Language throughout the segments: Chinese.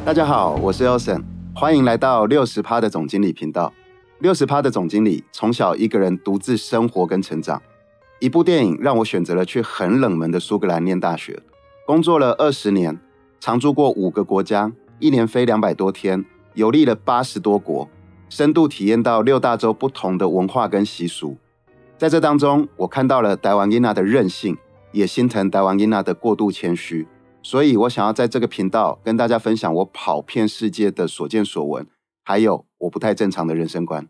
大家好，我是 Elson， 欢迎来到60%的总经理频道。60%的总经理从小一个人独自生活跟成长。一部电影让我选择了去很冷门的苏格兰念大学，工作了20年，常住过5个国家，一年飞200多天，游历了80多国，深度体验到6大洲不同的文化跟习俗。在这当中，我看到了台湾囡仔的任性，也心疼台湾囡仔的过度谦虚。所以我想要在这个频道跟大家分享我跑遍世界的所见所闻，还有我不太正常的人生观。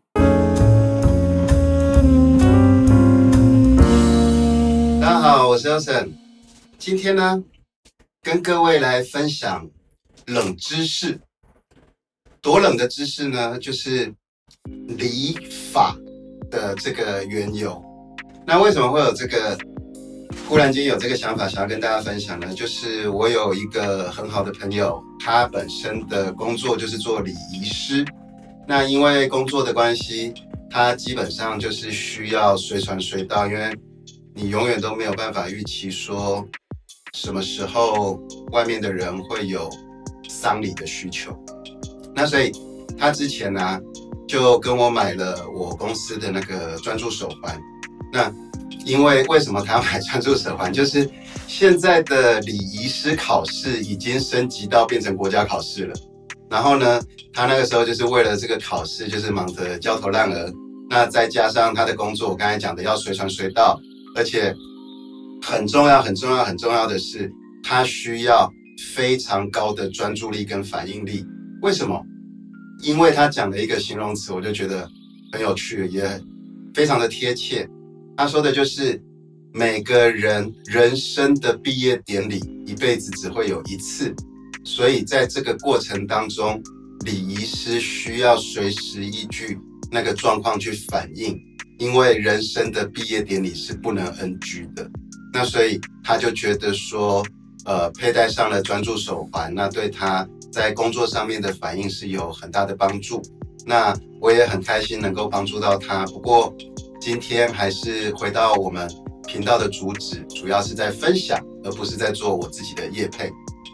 大家好，我是 Elson， 今天呢，跟各位来分享冷知识。多冷的知识呢？就是理发的这个缘由。那为什么会有这个？忽然间有这个想法想要跟大家分享呢，就是我有一个很好的朋友，他本身的工作就是做礼仪师。那因为工作的关系，他基本上就是需要随传随到，因为你永远都没有办法预期说什么时候外面的人会有丧礼的需求。那所以他之前呢，就跟我买了我公司的那个专注手环。那因为什么他要买专注手环？就是现在的礼仪师考试已经升级到变成国家考试了。然后呢，他那个时候就是为了这个考试，就是忙得焦头烂额。那再加上他的工作，我刚才讲的要随传随到，而且很重要的是，他需要非常高的专注力跟反应力。为什么？因为他讲了一个形容词，我就觉得很有趣，也非常的贴切。他说的就是每个人人生的毕业典礼一辈子只会有一次，所以在这个过程当中，礼仪师需要随时依据那个状况去反应，因为人生的毕业典礼是不能 NG 的。那所以他就觉得说佩戴上了专注手环，那对他在工作上面的反应是有很大的帮助。那我也很开心能够帮助到他。不过今天还是回到我们频道的主旨，主要是在分享，而不是在做我自己的业配。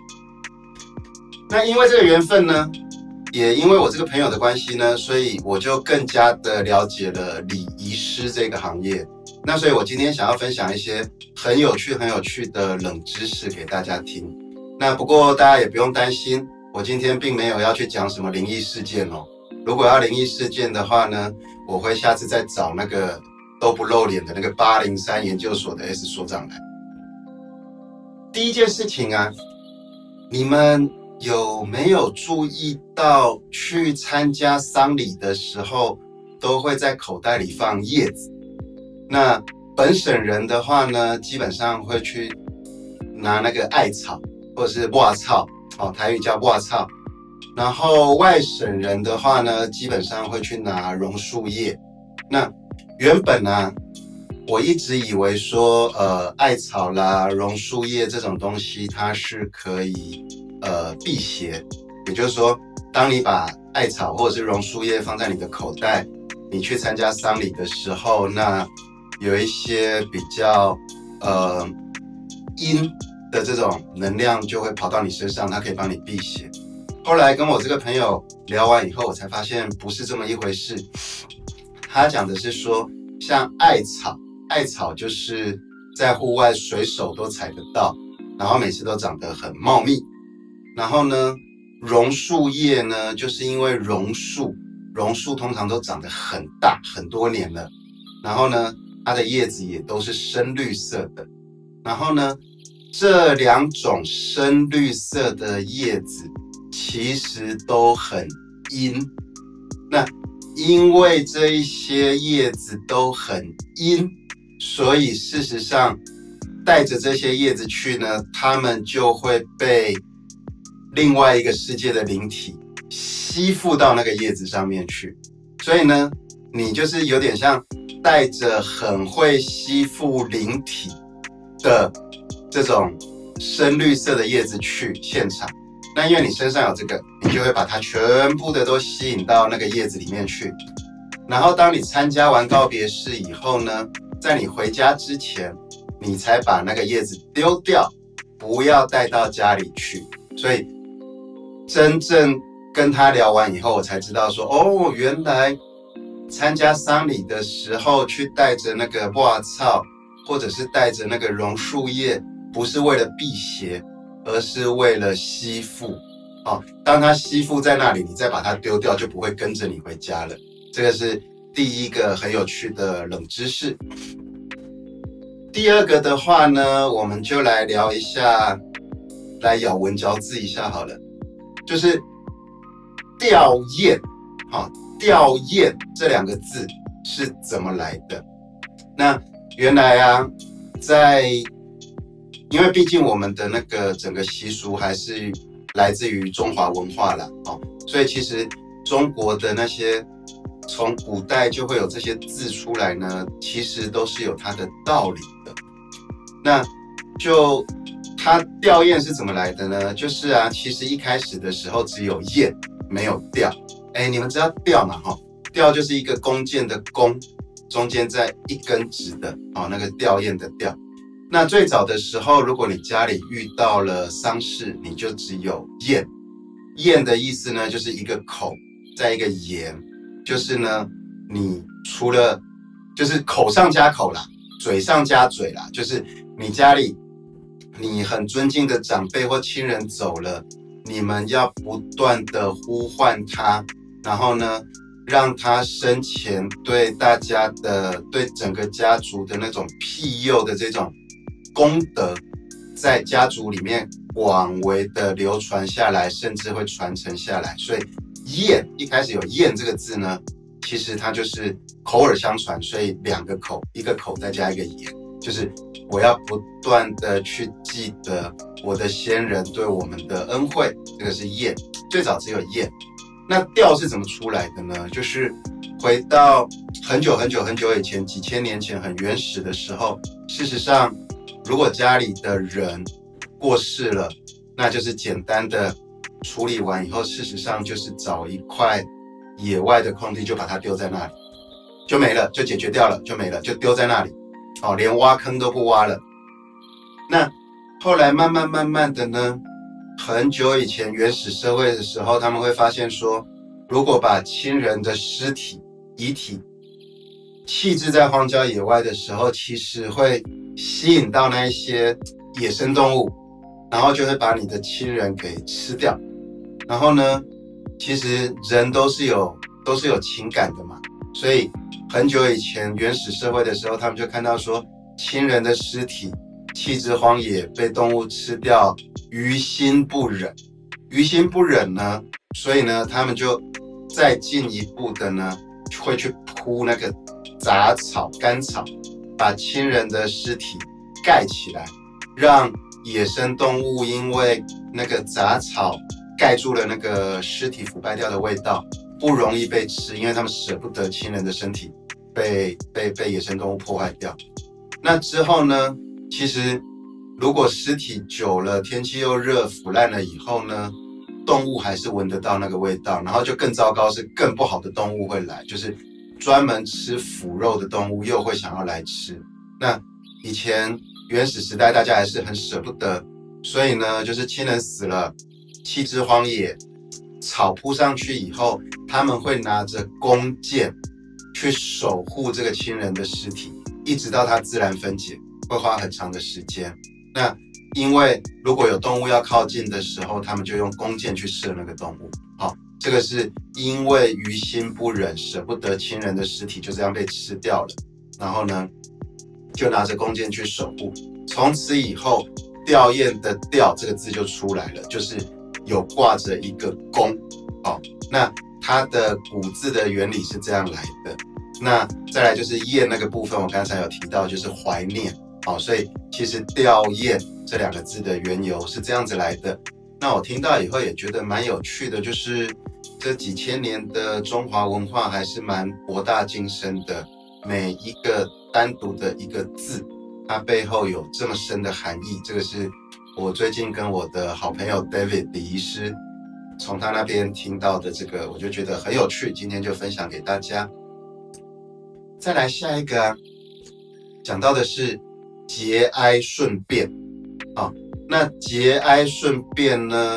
那因为这个缘分呢，也因为我这个朋友的关系呢，所以我就更加的了解了礼仪师这个行业。那所以我今天想要分享一些很有趣的冷知识给大家听。那不过大家也不用担心，我今天并没有要去讲什么灵异事件哦。如果要灵异事件的话呢，我会下次再找那个都不露脸的那个803研究所的 S 所长来。第一件事情啊，你们有没有注意到去参加丧礼的时候都会在口袋里放叶子？那本省人的话呢，基本上会去拿那个艾草或者是挖草，台语叫挖草。然后外省人的话呢，基本上会去拿榕树叶。那原本啊，我一直以为说艾草啦、榕树叶这种东西它是可以辟邪，也就是说，当你把艾草或者是榕树叶放在你的口袋，你去参加丧礼的时候，那有一些比较阴的这种能量就会跑到你身上，它可以帮你辟邪。后来跟我这个朋友聊完以后，我才发现不是这么一回事。他讲的是说，像艾草就是在户外随手都采得到，然后每次都长得很茂密。然后呢，榕树叶呢，就是因为榕树通常都长得很大，很多年了。然后呢，它的叶子也都是深绿色的。然后呢，这2种深绿色的叶子其实都很阴。那因为这一些叶子都很阴，所以事实上带着这些叶子去呢，它们就会被另外一个世界的灵体吸附到那个叶子上面去。所以呢，你就是有点像带着很会吸附灵体的这种深绿色的叶子去现场。那因为你身上有这个，你就会把它全部的都吸引到那个叶子里面去。然后当你参加完告别式以后呢，在你回家之前，你才把那个叶子丢掉，不要带到家里去。所以真正跟他聊完以后，我才知道说，哦，原来参加丧礼的时候去带着那个袜草，或者是带着那个榕树叶，不是为了辟邪，而是为了吸附。当他吸附在那里，你再把它丢掉，就不会跟着你回家了。这个是第一个很有趣的冷知识。第二个的话呢，我们就来聊一下，来咬文嚼字一下好了，就是吊唁，吊唁这两个字是怎么来的？那原来啊，因为毕竟我们的那个整个习俗还是来自于中华文化啦，所以其实中国的那些从古代就会有这些字出来呢，其实都是有它的道理的。那就它吊唁是怎么来的呢？就是啊，其实一开始的时候只有唁，没有吊。你们知道吊嘛？吊就是一个弓箭的弓，中间再一根直的，那个吊唁的吊。那最早的时候，如果你家里遇到了丧事，你就只有唁。唁的意思呢，就是一个口再一个言，就是呢，你除了就是口上加口啦，嘴上加嘴啦，就是你家里你很尊敬的长辈或亲人走了，你们要不断的呼唤他，然后呢，让他生前对大家的、对整个家族的那种庇佑的这种功德，在家族里面广为的流传下来，甚至会传承下来。所以唁一开始有唁这个字呢，其实它就是口耳相传，所以两个口，一个口再加一个言，就是我要不断的去记得我的先人对我们的恩惠，这个是唁。最早只有唁。那吊是怎么出来的呢？就是回到很久很久很久以前，几千年前很原始的时候，事实上，如果家里的人过世了，那就是简单的处理完以后，事实上就是找一块野外的空地，就把它丢在那里，就没了，就解决掉了，就没了，就丢在那里，连挖坑都不挖了。那后来慢慢的呢，很久以前原始社会的时候，他们会发现说，如果把亲人的尸体、遗体弃置在荒郊野外的时候，其实会吸引到那一些野生动物，然后就会把你的亲人给吃掉。然后呢，其实人都是有情感的嘛，所以很久以前原始社会的时候，他们就看到说，亲人的尸体弃置荒野被动物吃掉，于心不忍。于心不忍呢，所以呢，他们就再进一步的呢，会去铺那个杂草、干草，把亲人的尸体盖起来，让野生动物因为那个杂草盖住了那个尸体腐败掉的味道，不容易被吃，因为他们舍不得亲人的身体被野生动物破坏掉。那之后呢，其实如果尸体久了，天气又热，腐烂了以后呢，动物还是闻得到那个味道，然后就更糟糕，是更不好的动物会来，就是专门吃腐肉的动物又会想要来吃。那以前原始时代大家还是很舍不得，所以呢，就是亲人死了，弃置荒野，草铺上去以后，他们会拿着弓箭去守护这个亲人的尸体，一直到它自然分解，会花很长的时间。那因为如果有动物要靠近的时候，他们就用弓箭去射那个动物。这个是因为于心不忍，舍不得亲人的尸体就这样被吃掉了，然后呢，就拿着弓箭去守护。从此以后，吊唁的吊这个字就出来了，就是有挂着一个弓。那它的古字的原理是这样来的。那再来就是唁那个部分，我刚才有提到，就是怀念。所以其实吊唁这两个字的缘由是这样子来的。那我听到以后也觉得蛮有趣的，就是这几千年的中华文化还是蛮博大精深的，每一个单独的一个字，它背后有这么深的含义。这个是我最近跟我的好朋友 David 李医师从他那边听到的，这个我就觉得很有趣，今天就分享给大家。再来下一个讲到的是节哀顺变。那节哀顺变呢，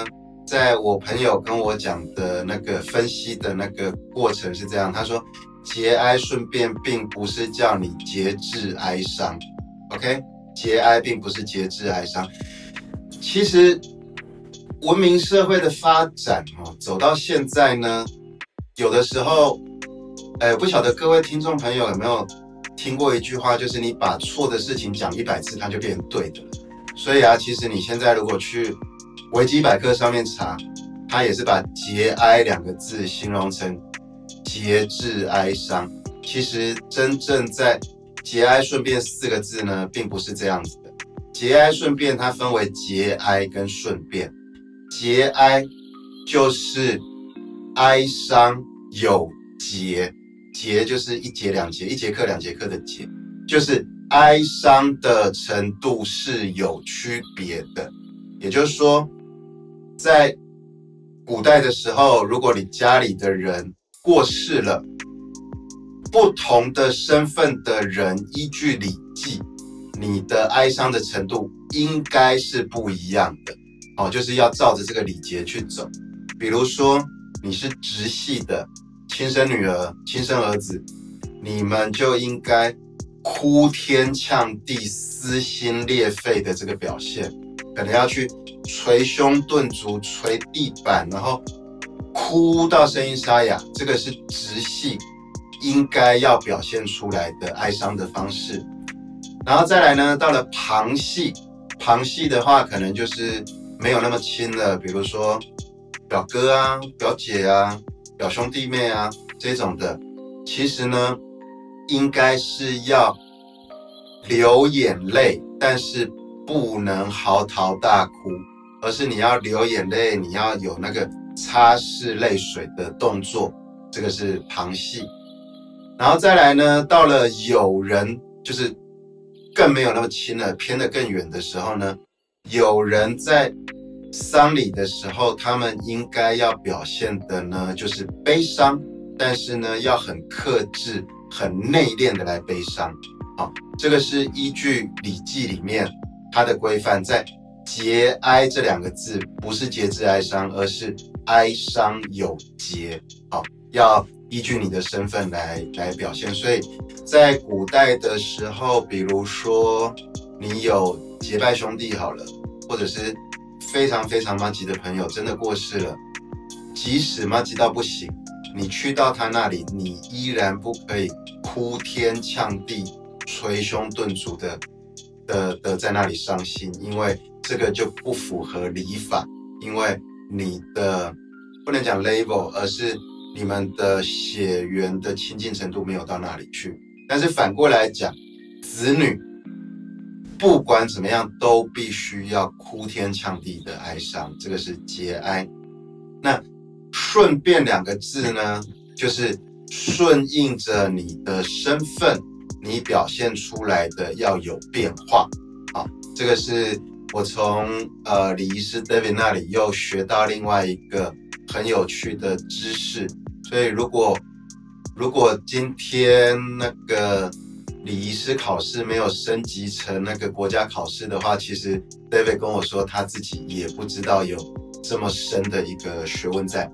在我朋友跟我讲的那个分析的那个过程是这样，他说节哀顺变并不是叫你节制哀伤 ，OK？ 节哀并不是节制哀伤。其实文明社会的发展走到现在呢，有的时候，不晓得各位听众朋友有没有听过一句话，就是你把错的事情讲100次，它就变成对的了。所以啊，其实你现在如果去维基百科上面查，它也是把节哀2个字形容成节制哀伤。其实真正在节哀顺变4个字呢，并不是这样子的。节哀顺变它分为节哀跟顺变。节哀就是哀伤有节，节就是1节2节，1节课2节课的节，就是哀伤的程度是有区别的。也就是说，在古代的时候，如果你家里的人过世了，不同的身份的人依据礼记，你的哀伤的程度应该是不一样的。就是要照着这个礼节去走。比如说你是直系的亲生女儿、亲生儿子，你们就应该哭天抢地、撕心裂肺的这个表现，可能要去捶胸顿足、捶地板，然后哭到声音沙哑，这个是直系应该要表现出来的哀伤的方式。然后再来呢，到了旁系，旁系的话可能就是没有那么亲了，比如说表哥啊、表姐啊、表兄弟妹啊这种的，其实呢，应该是要流眼泪，但是不能嚎啕大哭，而是你要流眼泪，你要有那个擦拭泪水的动作，这个是旁系。然后再来呢，到了友人，就是更没有那么亲了，偏得更远的时候呢，有人在丧礼的时候，他们应该要表现的呢，就是悲伤，但是呢，要很克制、很内敛的来悲伤。这个是依据《礼记》里面它的规范，在节哀这2个字，不是节制哀伤，而是哀伤有节。要依据你的身份来表现。所以在古代的时候，比如说你有结拜兄弟好了，或者是非常非常麻吉的朋友真的过世了，即使麻吉到不行，你去到他那里，你依然不可以哭天抢地、捶胸顿足的在那里伤心，因为这个就不符合礼法，因为你的不能讲 level， 而是你们的血缘的亲近程度没有到那里去。但是反过来讲，子女不管怎么样都必须要哭天抢地的哀伤，这个是节哀。那顺变2个字呢，就是顺应着你的身份，你表现出来的要有变化。这个是我从礼仪师 David 那里又学到另外一个很有趣的知识。所以如果今天那个礼仪师考试没有升级成那个国家考试的话，其实 David 跟我说他自己也不知道有这么深的一个学问在。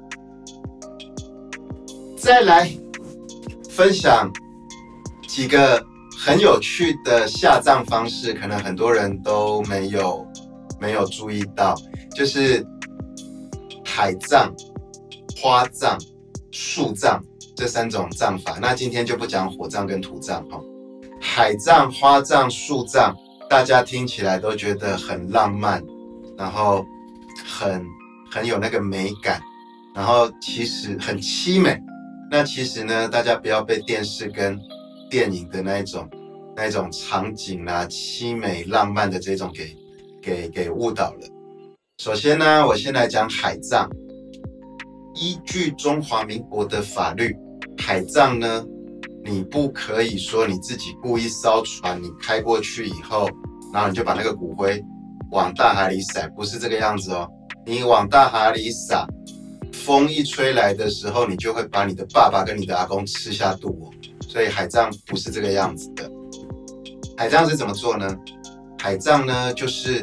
再来分享几个很有趣的下葬方式，可能很多人都没有注意到，就是海葬、花葬、树葬这3种葬法。那今天就不讲火葬跟土葬。海葬、花葬、树葬，大家听起来都觉得很浪漫，然后很有那个美感，然后其实很凄美。那其实呢，大家不要被电视跟电影的那一种场景啦、凄美浪漫的这种给误导了。首先呢，我先来讲海葬。依据中华民国的法律，海葬呢，你不可以说你自己雇一艘船，你开过去以后，然后你就把那个骨灰往大海里撒，不是这个样子哦。你往大海里撒，风一吹来的时候，你就会把你的爸爸跟你的阿公吃下肚哦。所以海葬不是这个样子的。海葬是怎么做呢？海葬呢，就是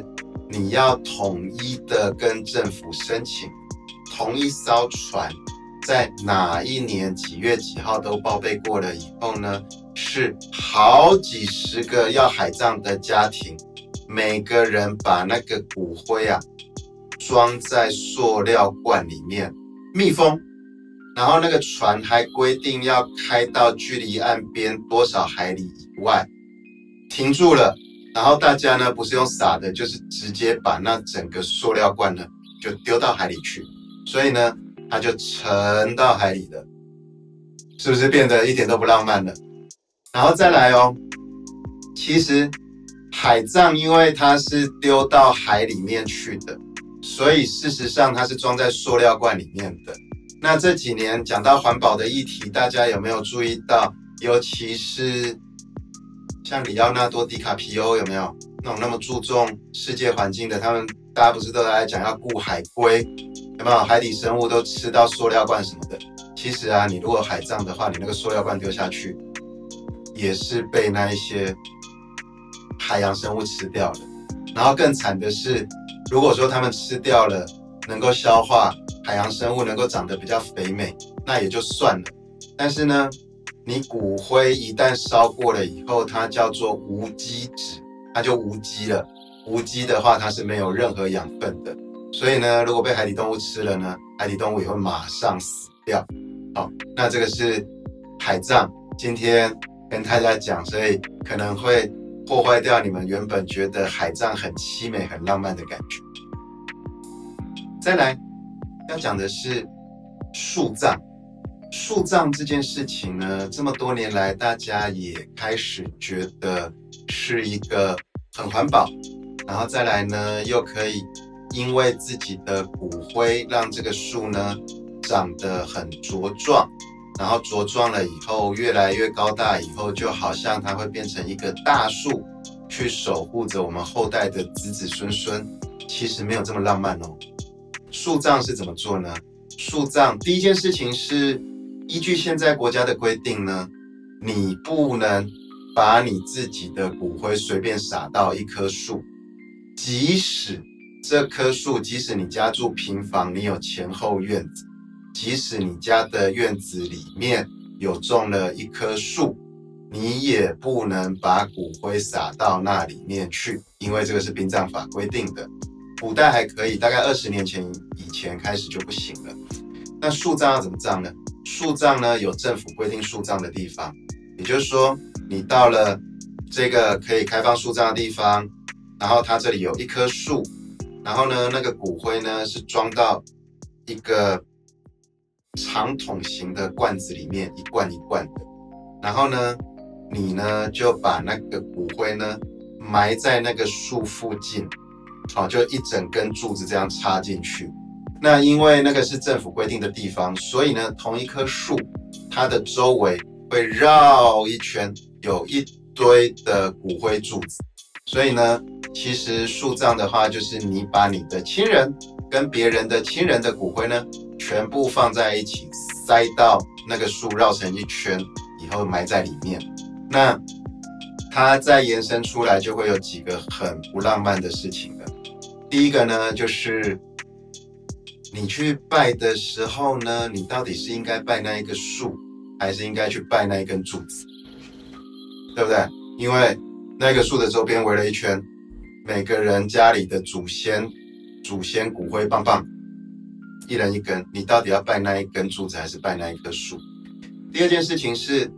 你要统一的跟政府申请，同一艘船在哪一年几月几号都报备过了以后呢，是好几十个要海葬的家庭，每个人把那个骨灰啊装在塑料罐里面密封，然后那个船还规定要开到距离岸边多少海里以外停住了，然后大家呢不是用撒的，就是直接把那整个塑料罐呢就丢到海里去，所以呢它就沉到海里了，是不是变得一点都不浪漫了？然后再来哦，其实海葬因为它是丢到海里面去的，所以事实上它是装在塑料罐里面的。那这几年讲到环保的议题，大家有没有注意到？尤其是像里奥纳多·迪卡皮欧有没有那种那么注重世界环境的？他们大家不是都在讲要顾海龟，有没有海底生物都吃到塑料罐什么的？其实啊，你如果海葬的话，你那个塑料罐丢下去，也是被那一些海洋生物吃掉了。然后更惨的是，如果说他们吃掉了，能够消化，海洋生物能够长得比较肥美，那也就算了。但是呢，你骨灰一旦烧过了以后，它叫做无机质，它就无机了。无机的话，它是没有任何养分的。所以呢，如果被海底动物吃了呢，海底动物也会马上死掉。好，那这个是海葬，今天跟大家讲，所以可能会破坏掉你们原本觉得海葬很凄美、很浪漫的感觉。再来要讲的是树葬。树葬这件事情呢，这么多年来，大家也开始觉得是一个很环保，然后再来呢，又可以因为自己的骨灰让这个树呢长得很茁壮，然后茁壮了以后越来越高大以后，就好像它会变成一个大树，去守护着我们后代的子子孙孙。其实没有这么浪漫哦。树葬是怎么做呢？树葬第一件事情是依据现在国家的规定呢，你不能把你自己的骨灰随便撒到一棵树，即使这棵树，即使你家住平房，你有前后院子，即使你家的院子里面有种了一棵树，你也不能把骨灰撒到那里面去，因为这个是殡葬法规定的。古代还可以，大概20年以前开始就不行了。那树葬要怎么葬呢？树葬呢，有政府规定树葬的地方，也就是说，你到了这个可以开放树葬的地方，然后它这里有一棵树，然后呢，那个骨灰呢是装到一个长筒型的罐子里面，一罐一罐的，然后呢，你呢就把那个骨灰呢埋在那个树附近，就一整根柱子这样插进去。那因为那个是政府规定的地方，所以呢，同一棵树它的周围会绕一圈，有一堆的骨灰柱子。所以呢，其实树葬的话，就是你把你的亲人跟别人的亲人的骨灰呢，全部放在一起，塞到那个树绕成一圈以后埋在里面。那它再延伸出来，就会有几个很不浪漫的事情了。第一个呢，就是你去拜的时候呢，你到底是应该拜那一个树，还是应该去拜那一根柱子，对不对？因为那个树的周边围了一圈，每个人家里的祖先骨灰棒棒，一人一根，你到底要拜那一根柱子，还是拜那一棵树？第二件事情是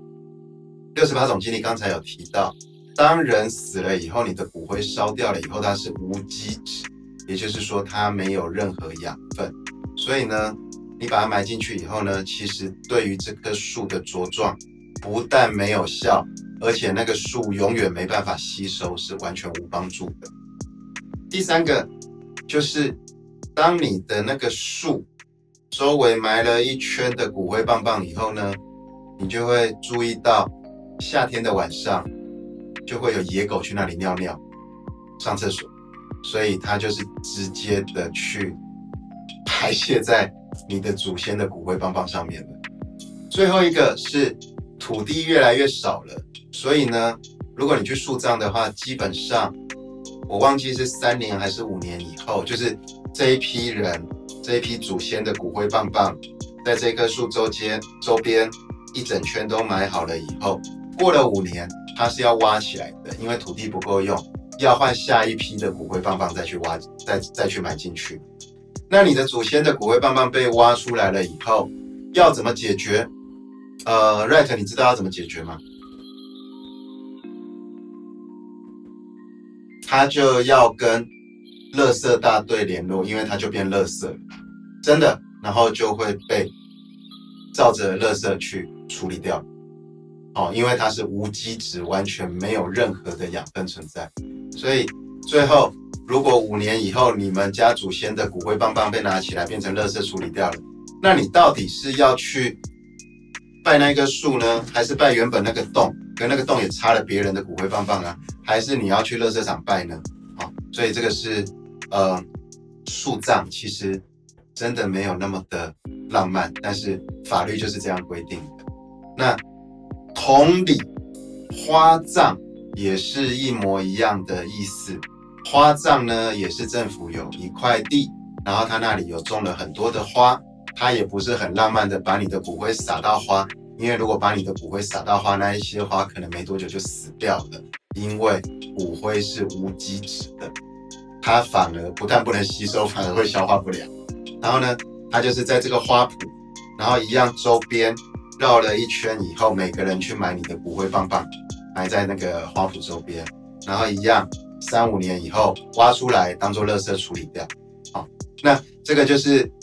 68种经历，刚才有提到，当人死了以后，你的骨灰烧掉了以后，它是无机质，也就是说它没有任何养分，所以呢，你把它埋进去以后呢，其实对于这棵树的茁壮不但没有效，而且那个树永远没办法吸收，是完全无帮助的。第三个就是当你的那个树周围埋了一圈的骨灰棒棒以后呢，你就会注意到夏天的晚上就会有野狗去那里尿尿上厕所，所以它就是直接的去排泄在你的祖先的骨灰棒棒上面了。最后一个是土地越来越少了，所以呢，如果你去树葬的话，基本上我忘记是3年还是5年以后，就是这一批人，这一批祖先的骨灰棒棒，在这棵树周边一整圈都埋好了以后，过了5年，它是要挖起来的，因为土地不够用，要换下一批的骨灰棒棒再去挖，再去埋进去。那你的祖先的骨灰棒棒被挖出来了以后，要怎么解决？Right， 你知道要怎么解决吗？他就要跟垃圾大队联络，因为他就变垃圾了，真的，然后就会被照着垃圾去处理掉。因为它是无机质，完全没有任何的养分存在，所以最后如果5年以后你们家祖先的骨灰棒棒被拿起来变成垃圾处理掉了，那你到底是要去拜那棵树呢，还是拜原本那个洞，跟那个洞也插了别人的骨灰棒棒啊，还是你要去垃圾场拜呢？所以这个是树葬其实真的没有那么的浪漫，但是法律就是这样规定的。那同理，花葬也是一模一样的意思。花葬呢，也是政府有一块地，然后他那里有种了很多的花，他也不是很浪漫的把你的骨灰撒到花，因为如果把你的骨灰撒到花，那一些花可能没多久就死掉了，因为骨灰是无机质的，它反而不但不能吸收，反而会消化不良。然后呢，它就是在这个花圃，然后一样周边绕了一圈以后，每个人去买你的骨灰棒棒，埋在那个花圃周边，然后一样3、5年以后挖出来当做垃圾处理掉。那这个就是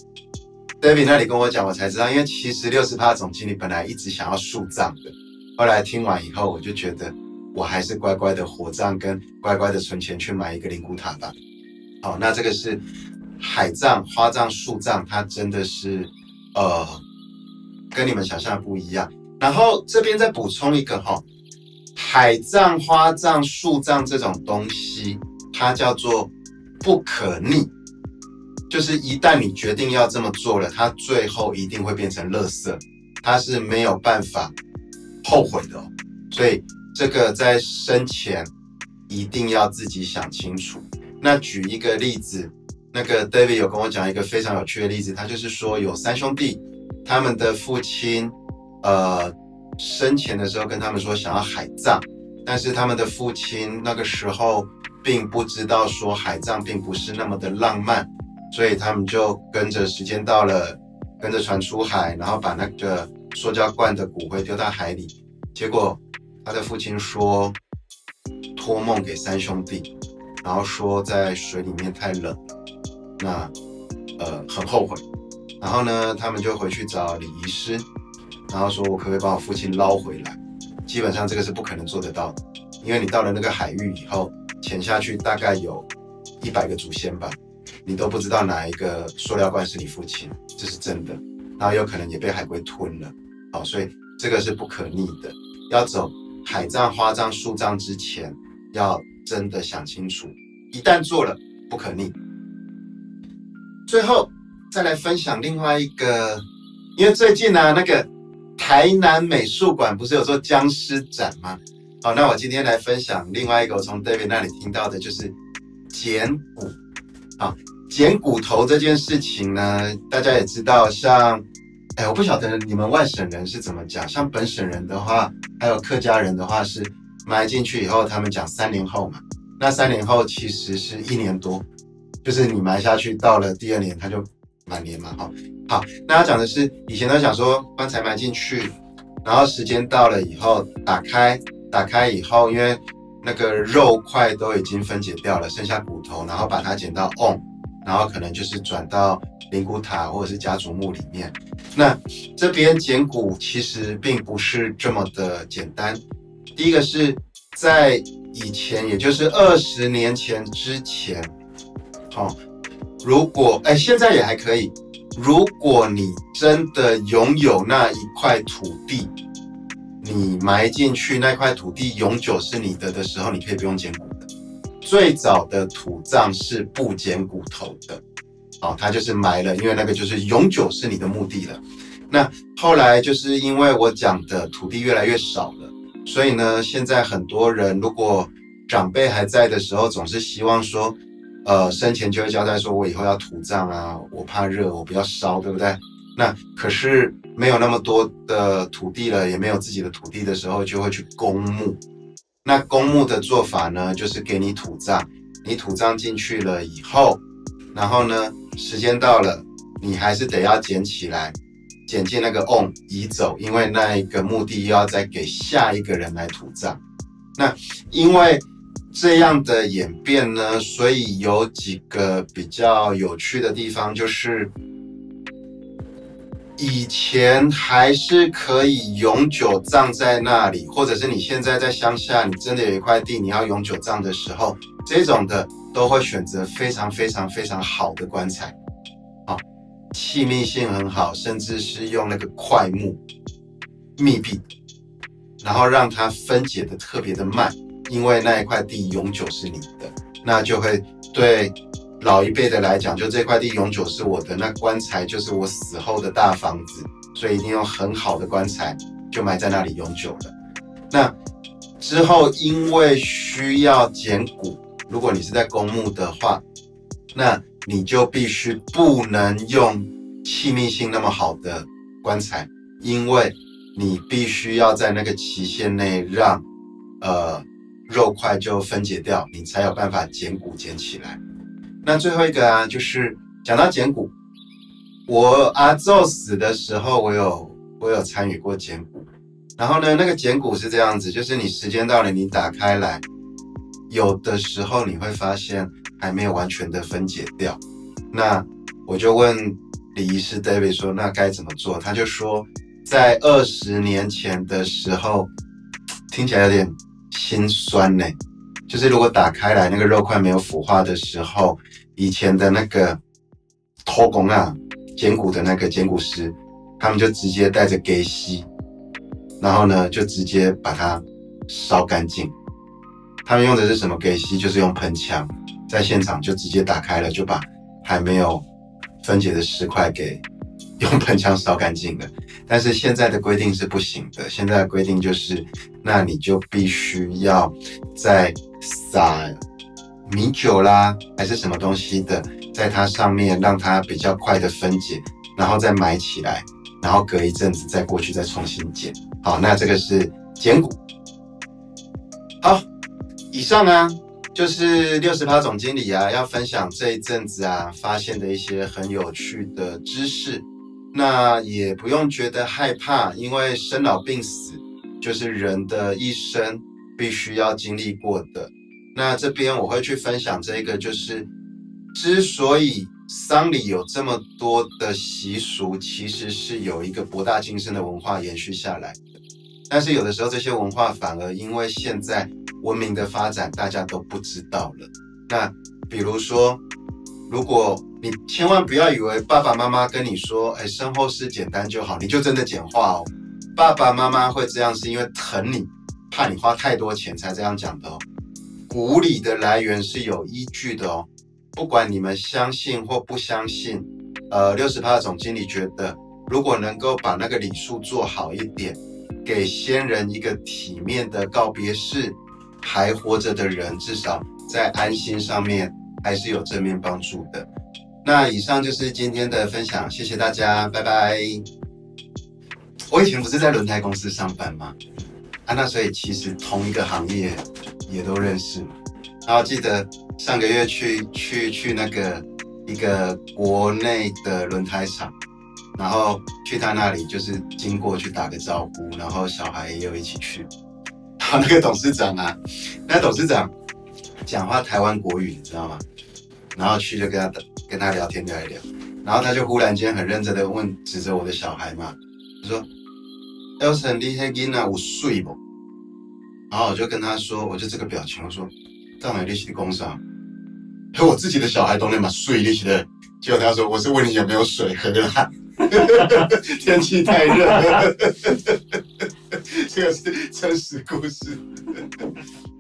David 那里跟我讲，我才知道，因为其实60%总经理本来一直想要树葬的，后来听完以后，我就觉得我还是乖乖的火葬跟乖乖的存钱去买一个灵骨塔吧。那这个是海葬、花葬、树葬，它真的是跟你们想象的不一样。然后这边再补充一个海葬、花葬、树葬这种东西，它叫做不可逆，就是一旦你决定要这么做了，它最后一定会变成垃圾，它是没有办法后悔的所以这个在生前一定要自己想清楚。那举一个例子，那个 David 有跟我讲一个非常有趣的例子，他就是说有3兄弟，他们的父亲生前的时候跟他们说想要海葬，但是他们的父亲那个时候并不知道说海葬并不是那么的浪漫，所以他们就跟着时间到了，跟着船出海，然后把那个塑胶罐的骨灰丢到海里，结果他的父亲说托梦给3兄弟，然后说在水里面太冷了，那很后悔。然后呢，他们就回去找礼仪师，然后说我可不可以把我父亲捞回来？基本上这个是不可能做得到的，因为你到了那个海域以后，潜下去大概有100个祖先吧，你都不知道哪一个塑料罐是你父亲，这是真的。然后有可能也被海龟吞了，所以这个是不可逆的。要走海葬、花葬、树葬之前，要真的想清楚，一旦做了不可逆。最后再来分享另外一个，因为最近那个台南美术馆不是有做僵尸展吗？那我今天来分享另外一个我从 David 那里听到的，就是捡骨。捡骨头这件事情呢，大家也知道，像我不晓得你们外省人是怎么讲，像本省人的话，还有客家人的话是埋进去以后，他们讲3年后嘛，那3年后其实是1年多，就是你埋下去到了第2年它就满年嘛。好，那他讲的是以前都想说棺材埋进去，然后时间到了以后打开以后，因为那个肉块都已经分解掉了，剩下骨头，然后把它捡到瓮，然后可能就是转到灵骨塔或者是家族墓里面。那这边捡骨其实并不是这么的简单。第一个是在以前，也就是20年前之前，如果现在也还可以，如果你真的拥有那一块土地，你埋进去那块土地永久是你的时候，你可以不用捡骨的。最早的土葬是不捡骨头的，它就是埋了，因为那个就是永久是你的墓地了。那后来就是因为我讲的土地越来越少了，所以呢，现在很多人如果长辈还在的时候，总是希望说，生前就会交代说，我以后要土葬啊，我怕热，我不要烧，对不对？那可是没有那么多的土地了，也没有自己的土地的时候，就会去公墓。那公墓的做法呢，就是给你土葬，你土葬进去了以后，然后呢，时间到了，你还是得要捡起来，捡进那个瓮移走，因为那一个墓地又要再给下一个人来土葬。那因为这样的演变呢，所以有几个比较有趣的地方，就是以前还是可以永久葬在那里，或者是你现在在乡下，你真的有一块地你要永久葬的时候，这种的都会选择非常非常非常好的棺材，气密性很好，甚至是用那个块木密闭，然后让它分解的特别的慢，因为那一块地永久是你的，那就会对老一辈的来讲，就这块地永久是我的，那棺材就是我死后的大房子，所以一定用很好的棺材就埋在那里永久了。那之后因为需要捡骨，如果你是在公墓的话，那你就必须不能用气密性那么好的棺材，因为你必须要在那个期限内让肉块就分解掉，你才有办法捡骨捡起来。那最后一个啊，就是讲到捡骨，我阿祖死的时候，我有参与过捡骨。然后呢，那个捡骨是这样子，就是你时间到了，你打开来，有的时候你会发现还没有完全的分解掉。那我就问礼仪师 David 说，那该怎么做？他就说，在20年前的时候，听起来有点心酸呢。就是如果打开来那个肉块没有腐化的时候，以前的那个偷工啊，捡骨的那个捡骨师，他们就直接带着给锡，然后呢就直接把它烧干净。他们用的是什么给锡？就是用喷枪，在现场就直接打开了，就把还没有分解的石块给用喷枪烧干净了。但是现在的规定是不行的，现在的规定就是，那你就必须要在撒米酒啦，还是什么东西的，在它上面让它比较快的分解，然后再埋起来，然后隔一阵子再过去再重新捡。好，那这个是捡骨。好，以上啊就是60%总经理啊要分享这一阵子啊发现的一些很有趣的知识。那也不用觉得害怕，因为生老病死就是人的一生必须要经历过的。那这边我会去分享这个，就是之所以丧礼有这么多的习俗，其实是有一个博大精深的文化延续下来的。但是有的时候这些文化反而因为现在文明的发展，大家都不知道了。那比如说，如果你千万不要以为爸爸妈妈跟你说，身后事简单就好，你就真的简化哦。爸爸妈妈会这样是因为疼你，怕你花太多钱才这样讲的哦。古礼的来源是有依据的哦，不管你们相信或不相信，60%总经理觉得，如果能够把那个礼数做好一点，给先人一个体面的告别式，还活着的人至少在安心上面还是有正面帮助的。那以上就是今天的分享，谢谢大家，拜拜。我以前不是在轮胎公司上班吗？那所以其实同一个行业也都认识嘛。然后记得上个月去那个一个国内的轮胎厂，然后去他那里就是经过去打个招呼，然后小孩也有一起去。然后那个董事长啊，那董事长讲话台湾国语，你知道吗？然后去就跟他聊天聊一聊，然后他就忽然间很认真的指着我的小孩嘛，就说 ：“Elson， 你那囡仔有水不？”然后我就跟他说，我就这个表情，我说：“当然你是工伤，我自己的小孩都那么水，你是的。”结果他说：“我是问你有没有水喝啦，天气太热。”这个是真实故事。